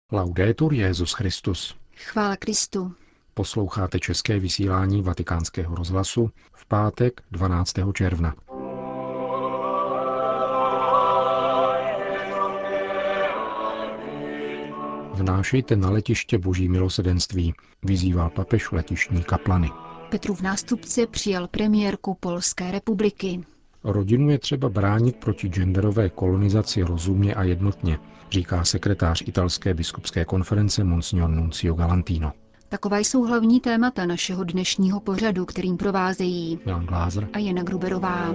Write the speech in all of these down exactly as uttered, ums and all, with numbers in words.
Laudetur Jesus Christus. Chvála Kristu. Posloucháte české vysílání Vatikánského rozhlasu v pátek dvanáctého června. Vnášejte na letiště Boží milosrdenství, vyzýval papež letištní kaplany. Petrův nástupce přijal premiérku Polské republiky. Rodinu je třeba bránit proti genderové kolonizaci rozumně a jednotně, říká sekretář italské biskupské konference Monsignor Nunzio Galantino. Taková jsou hlavní témata našeho dnešního pořadu, kterým provázejí Jan Glázer a Jana Gruberová.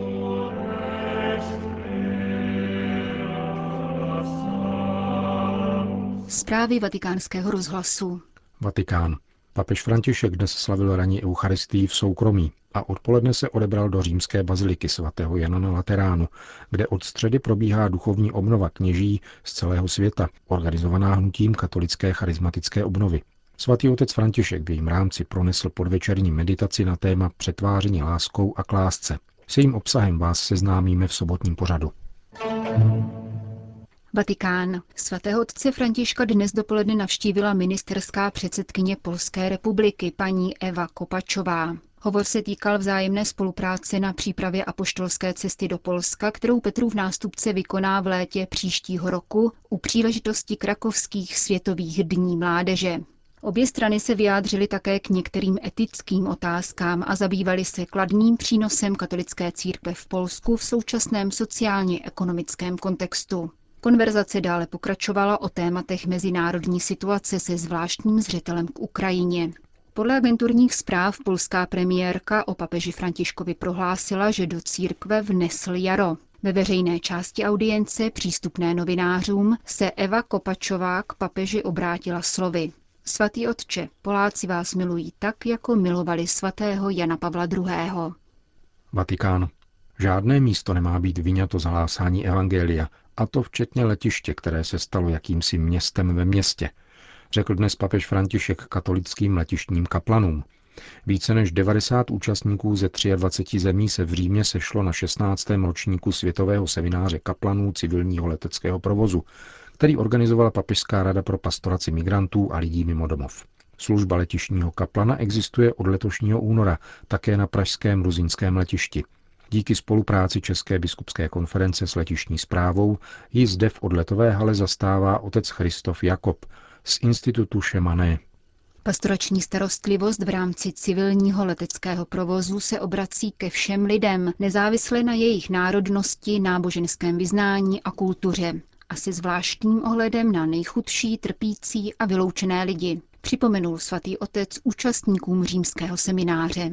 Zprávy Vatikánského rozhlasu. Vatikán. Papež František dnes slavil ranní eucharistii v soukromí a odpoledne se odebral do římské baziliky svatého Jana na Lateránu, kde od středy probíhá duchovní obnova kněží z celého světa, organizovaná hnutím katolické charismatické obnovy. Svatý otec František v jejím rámci pronesl podvečerní meditaci na téma přetváření láskou a k lásce. S jejím obsahem vás seznámíme v sobotním pořadu. Vatikán. Svatého otce Františka dnes dopoledne navštívila ministerská předsedkyně Polské republiky, paní Eva Kopačová. Hovor se týkal vzájemné spolupráce na přípravě apoštolské cesty do Polska, kterou Petrův nástupce vykoná v létě příštího roku u příležitosti krakovských světových dní mládeže. Obě strany se vyjádřily také k některým etickým otázkám a zabývaly se kladným přínosem katolické církve v Polsku v současném sociálně-ekonomickém kontextu. Konverzace dále pokračovala o tématech mezinárodní situace se zvláštním zřetelem k Ukrajině. Podle agenturních zpráv polská premiérka o papeži Františkovi prohlásila, že do církve vnesl jaro. Ve veřejné části audience, přístupné novinářům, se Eva Kopačová k papeži obrátila slovy: Svatý otče, Poláci vás milují tak, jako milovali svatého Jana Pavla druhého. Vatikán. Žádné místo nemá být vyňato z hlásání evangelia, a to včetně letiště, které se stalo jakýmsi městem ve městě, řekl dnes papež František katolickým letištním kaplanům. Více než devadesát účastníků ze dvaceti tří zemí se v Římě sešlo na šestnáctém ročníku světového semináře kaplanů civilního leteckého provozu, který organizovala Papežská rada pro pastoraci migrantů a lidí mimo domov. Služba letištního kaplana existuje od letošního února také na pražském Ruzyňském letišti. Díky spolupráci České biskupské konference s letištní správou ji zde v odletové hale zastává otec Christoph Jakob z institutu Šemané. Pastorační starostlivost v rámci civilního leteckého provozu se obrací ke všem lidem, nezávisle na jejich národnosti, náboženském vyznání a kultuře, a se zvláštním ohledem na nejchudší, trpící a vyloučené lidi, připomenul svatý otec účastníkům římského semináře.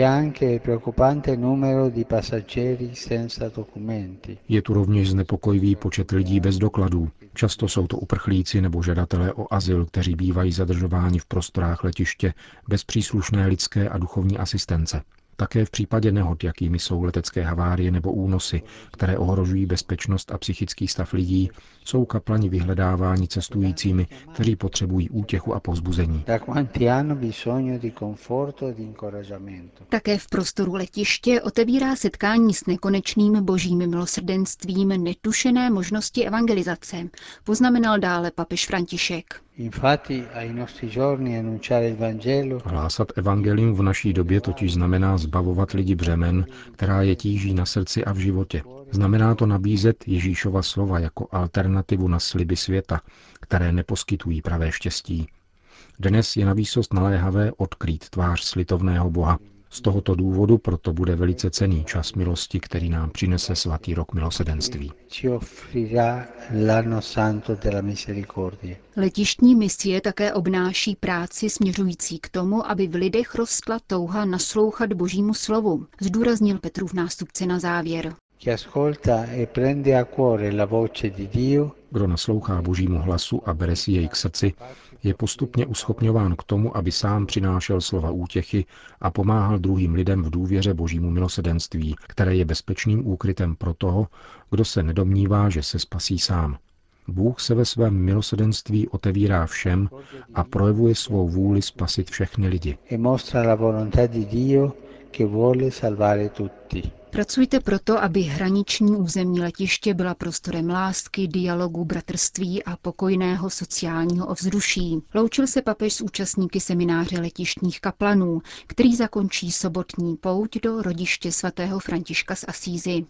Je tu rovněž znepokojivý počet lidí bez dokladů. Často jsou to uprchlíci nebo žadatelé o azyl, kteří bývají zadržováni v prostorách letiště bez příslušné lidské a duchovní asistence. Také v případě nehod, jakými jsou letecké havárie nebo únosy, které ohrožují bezpečnost a psychický stav lidí, jsou kaplani vyhledáváni cestujícími, kteří potřebují útěchu a povzbuzení. Také v prostoru letiště otevírá setkání s nekonečným božím milosrdenstvím netušené možnosti evangelizace, poznamenal dále papež František. Hlásat evangelium v naší době totiž znamená zbavovat lidi břemen, která je tíží na srdci a v životě. Znamená to nabízet Ježíšova slova jako alternativu na sliby světa, které neposkytují pravé štěstí. Dnes je navýsost naléhavé odkrýt tvář slitovného Boha. Z tohoto důvodu proto bude velice cenný čas milosti, který nám přinese svatý rok milosrdenství. Letištní misie také obnáší práci směřující k tomu, aby v lidech rostla touha naslouchat božímu slovu, zdůraznil Petrův nástupce na závěr. Kdo naslouchá božímu hlasu a bere si jej k srdci, je postupně uschopňován k tomu, aby sám přinášel slova útěchy a pomáhal druhým lidem v důvěře božímu milosrdenství, které je bezpečným úkrytem pro toho, kdo se nedomnívá, že se spasí sám. Bůh se ve svém milosrdenství otevírá všem a projevuje svou vůli spasit všechny lidi. che vuole salvare tutti. Pracujte proto, aby hraniční území letiště byla prostorem lásky, dialogu, bratrství a pokojného sociálního ovzduší. Loučil se papež s účastníky semináře letištních kaplanů, který zakončí sobotní pouť do rodiště svatého Františka z Asízy.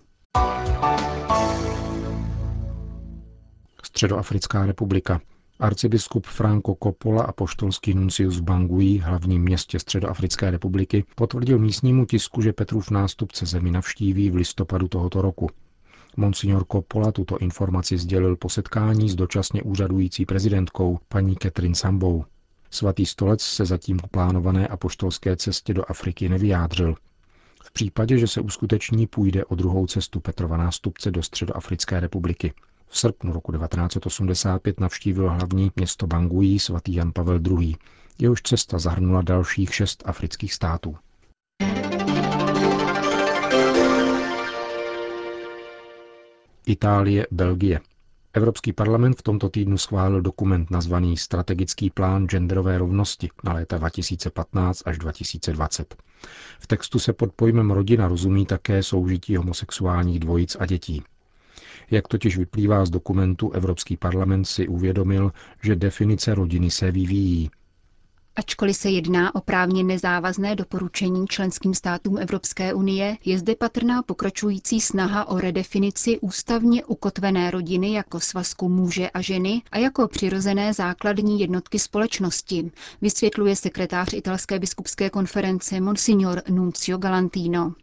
Středoafrická republika. Arcibiskup Franco Coppola, apoštolský nuncius v Bangui, hlavním městě Středoafrické republiky, potvrdil místnímu tisku, že Petrův nástupce zemi navštíví v listopadu tohoto roku. Monsignor Coppola tuto informaci sdělil po setkání s dočasně úřadující prezidentkou paní Catherine Sambou. Svatý stolec se zatím k plánované apoštolské cestě do Afriky nevyjádřil. V případě, že se uskuteční, půjde o druhou cestu Petrova nástupce do Středoafrické republiky. V srpnu roku devatenáct set osmdesát pět navštívil hlavní město Bangui svatý Jan Pavel druhý. Jehož cesta zahrnula dalších šest afrických států. Itálie, Belgie. Evropský parlament v tomto týdnu schválil dokument nazvaný Strategický plán genderové rovnosti na léta dva tisíce patnáct až dva tisíce dvacet. V textu se pod pojmem rodina rozumí také soužití homosexuálních dvojic a dětí. Jak totiž vyplývá z dokumentu, Evropský parlament si uvědomil, že definice rodiny se vyvíjí. Ačkoliv se jedná o právně nezávazné doporučení členským státům Evropské unie, je zde patrná pokračující snaha o redefinici ústavně ukotvené rodiny jako svazku muže a ženy a jako přirozené základní jednotky společnosti, vysvětluje sekretář italské biskupské konference Monsignor Nunzio Galantino.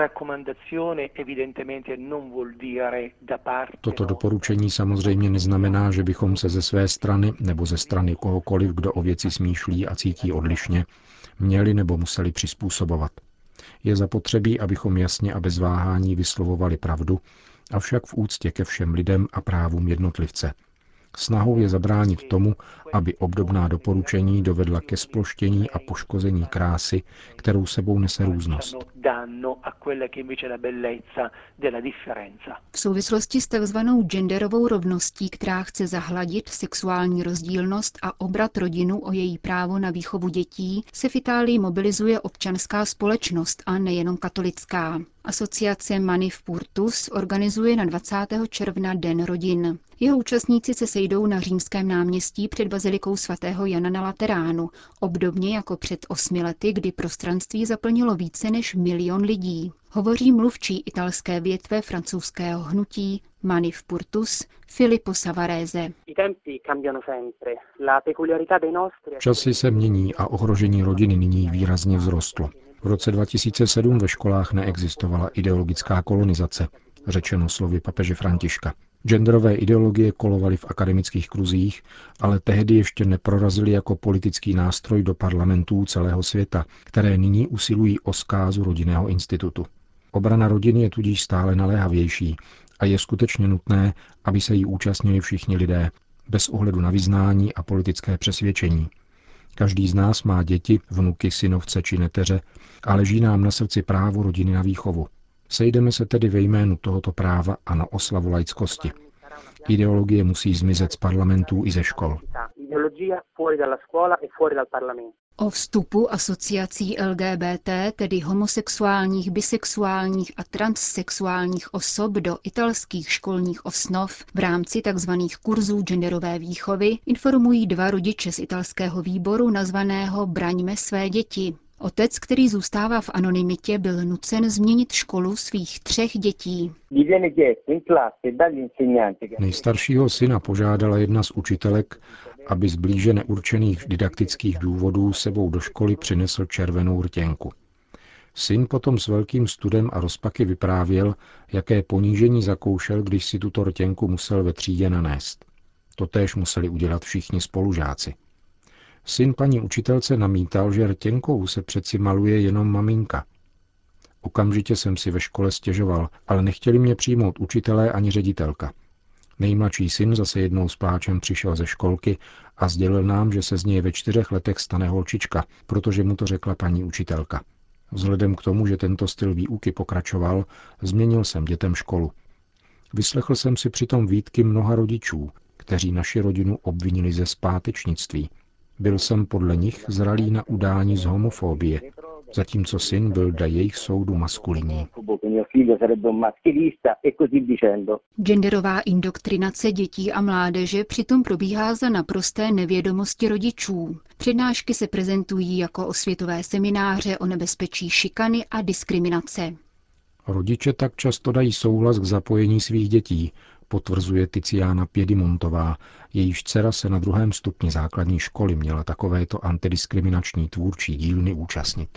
Toto doporučení samozřejmě neznamená, že bychom se ze své strany nebo ze strany kohokoliv, kdo o věci smýšlí a cítí odlišně, měli nebo museli přizpůsobovat. Je zapotřebí, abychom jasně a bez váhání vyslovovali pravdu, avšak v úctě ke všem lidem a právům jednotlivce. Snahou je zabránit tomu, aby obdobná doporučení dovedla ke sploštění a poškození krásy, kterou sebou nese různost. V souvislosti s takzvanou genderovou rovností, která chce zahladit sexuální rozdílnost a obrat rodinu o její právo na výchovu dětí, se v Itálii mobilizuje občanská společnost a nejenom katolická. Asociace Manif Purtus organizuje na dvacátého června Den rodin. Jeho účastníci se sejdou na Římském náměstí před bazilikou svatého Jana na Lateránu, obdobně jako před osmi lety, kdy prostranství zaplnilo více než milion lidí. Hovoří mluvčí italské větve francouzského hnutí Manif Purtus Filippo Savarese. Časy se mění a ohrožení rodiny nyní výrazně vzrostlo. V roce dva tisíce sedm ve školách neexistovala ideologická kolonizace, řečeno slovy papeže Františka. Genderové ideologie kolovaly v akademických kruzích, ale tehdy ještě neprorazily jako politický nástroj do parlamentů celého světa, které nyní usilují o zkázu rodinného institutu. Obrana rodiny je tudíž stále naléhavější a je skutečně nutné, aby se jí účastnili všichni lidé, bez ohledu na vyznání a politické přesvědčení. Každý z nás má děti, vnuky, synovce či neteře a leží nám na srdci právo rodiny na výchovu. Sejdeme se tedy ve jménu tohoto práva a na oslavu laickosti. Ideologie musí zmizet z parlamentů i ze škol. O vstupu asociací L G B T, tedy homosexuálních, bisexuálních a transsexuálních osob do italských školních osnov v rámci tzv. Kurzů genderové výchovy informují dva rodiče z italského výboru nazvaného Braňme své děti. Otec, který zůstává v anonymitě, byl nucen změnit školu svých třech dětí. Nejstaršího syna požádala jedna z učitelek, aby z blíže neurčených didaktických důvodů sebou do školy přinesl červenou rtěnku. Syn potom s velkým studem a rozpaky vyprávěl, jaké ponížení zakoušel, když si tuto rtěnku musel ve třídě nanést. Totéž museli udělat všichni spolužáci. Syn paní učitelce namítal, že rtěnkou se přeci maluje jenom maminka. Okamžitě jsem si ve škole stěžoval, ale nechtěli mě přijmout učitelé ani ředitelka. Nejmladší syn zase jednou s pláčem přišel ze školky a sdělil nám, že se z něj ve čtyřech letech stane holčička, protože mu to řekla paní učitelka. Vzhledem k tomu, že tento styl výuky pokračoval, změnil jsem dětem školu. Vyslechl jsem si přitom výtky mnoha rodičů, kteří naši rodinu obvinili ze zpátečnictví. Byl jsem podle nich zralý na udání z homofobie, zatímco syn byl dle jejich soudu maskulinní. Genderová indoktrinace dětí a mládeže přitom probíhá za naprosté nevědomosti rodičů. Přednášky se prezentují jako osvětové semináře o nebezpečí šikany a diskriminace. Rodiče tak často dají souhlas k zapojení svých dětí, potvrzuje Tiziana Piedimontová, jejíž dcera se na druhém stupni základní školy měla takovéto antidiskriminační tvůrčí dílny účastnit.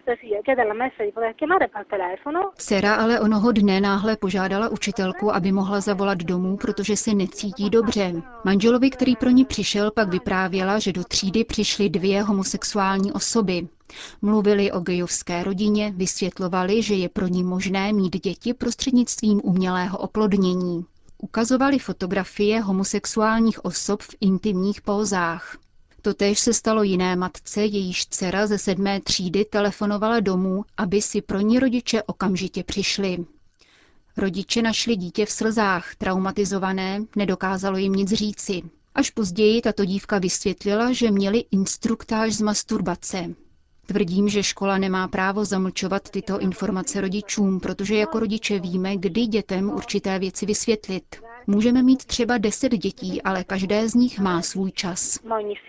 Dcera ale onoho dne náhle požádala učitelku, aby mohla zavolat domů, protože se necítí dobře. Manželovi, který pro ní přišel, pak vyprávěla, že do třídy přišly dvě homosexuální osoby. Mluvili o gejovské rodině, vysvětlovali, že je pro ní možné mít děti prostřednictvím umělého oplodnění. Ukazovali fotografie homosexuálních osob v intimních pózách. Totéž se stalo jiné matce, jejíž dcera ze sedmé třídy telefonovala domů, aby si pro ní rodiče okamžitě přišli. Rodiče našli dítě v slzách, traumatizované, nedokázalo jim nic říci. Až později tato dívka vysvětlila, že měli instruktáž z masturbace. Tvrdím, že škola nemá právo zamlčovat tyto informace rodičům, protože jako rodiče víme, kdy dětem určité věci vysvětlit. Můžeme mít třeba deset dětí, ale každé z nich má svůj čas.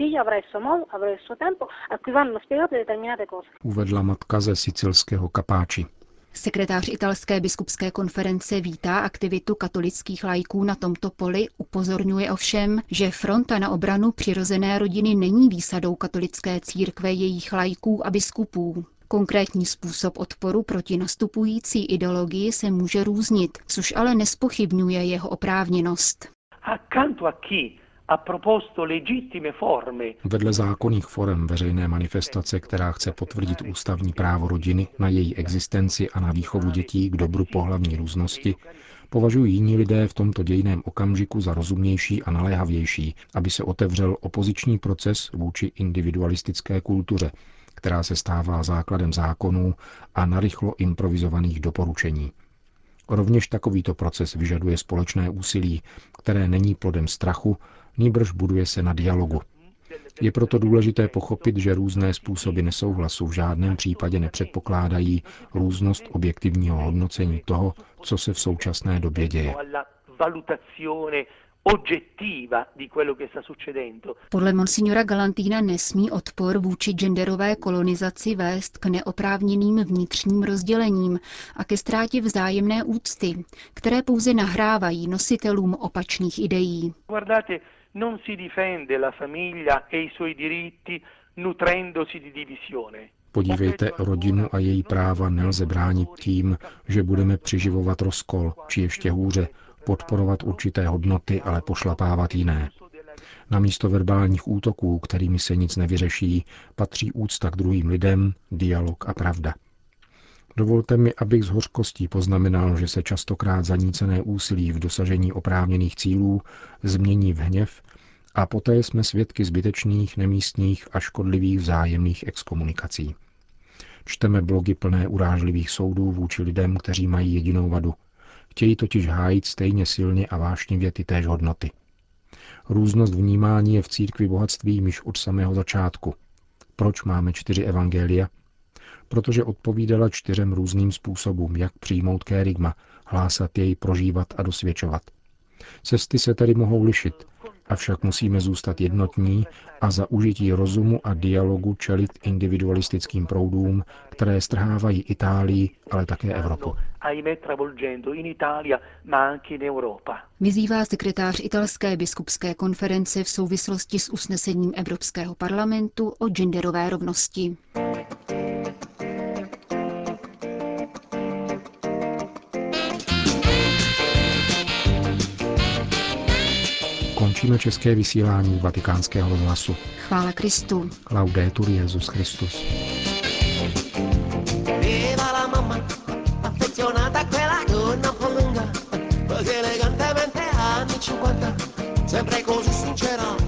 Uvedla matka ze sicilského Kapáči. Sekretář italské biskupské konference vítá aktivitu katolických laiků na tomto poli, upozorňuje ovšem, že fronta na obranu přirozené rodiny není výsadou katolické církve, jejich laiků a biskupů. Konkrétní způsob odporu proti nastupující ideologii se může různit, což ale nespochybňuje jeho oprávněnost. Vedle zákonných forem veřejné manifestace, která chce potvrdit ústavní právo rodiny na její existenci a na výchovu dětí k dobru pohlavní různosti, považují jiní lidé v tomto dějném okamžiku za rozumnější a naléhavější, aby se otevřel opoziční proces vůči individualistické kultuře, která se stává základem zákonů a narychlo improvizovaných doporučení. Rovněž takovýto proces vyžaduje společné úsilí, které není plodem strachu, nýbrž buduje se na dialogu. Je proto důležité pochopit, že různé způsoby nesouhlasu v žádném případě nepředpokládají různost objektivního hodnocení toho, co se v současné době děje. Podle monsignora Galantina nesmí odpor vůči genderové kolonizaci vést k neoprávněným vnitřním rozdělením a ke ztrátě vzájemné úcty, které pouze nahrávají nositelům opačných ideí. Non si difende la famiglia e i suoi diritti nutrendosi di divisione. Podívejte, rodinu a její práva nelze bránit tím, že budeme přiživovat rozkol, či ještě hůře, podporovat určité hodnoty, ale pošlapávat jiné. Namísto verbálních útoků, kterými se nic nevyřeší, patří úcta k druhým lidem, dialog a pravda. Dovolte mi, abych s hořkostí poznamenal, že se častokrát zanícené úsilí v dosažení oprávněných cílů změní v hněv a poté jsme svědky zbytečných, nemístních a škodlivých vzájemných exkomunikací. Čteme blogy plné urážlivých soudů vůči lidem, kteří mají jedinou vadu. Chtějí totiž hájit stejně silně a vášnivě ty též hodnoty. Různost vnímání je v církvi bohatstvím již od samého začátku. Proč máme čtyři evangelia? Protože odpovídala čtyřem různým způsobům, jak přijmout kérigma, hlásat jej, prožívat a dosvědčovat. Cesty se tedy mohou lišit, avšak musíme zůstat jednotní a za užití rozumu a dialogu čelit individualistickým proudům, které strhávají Itálii, ale také Evropu. Vyzývá sekretář italské biskupské konference v souvislosti s usnesením Evropského parlamentu o genderové rovnosti. Končíme české vysílání Vatikánského rozhlasu. Chvála Kristu. Laudetur Jesus Christus. Viva la mamma, affezionata a quella donna un po' lunga, così elegantemente anni cinquanta, sempre così sincera.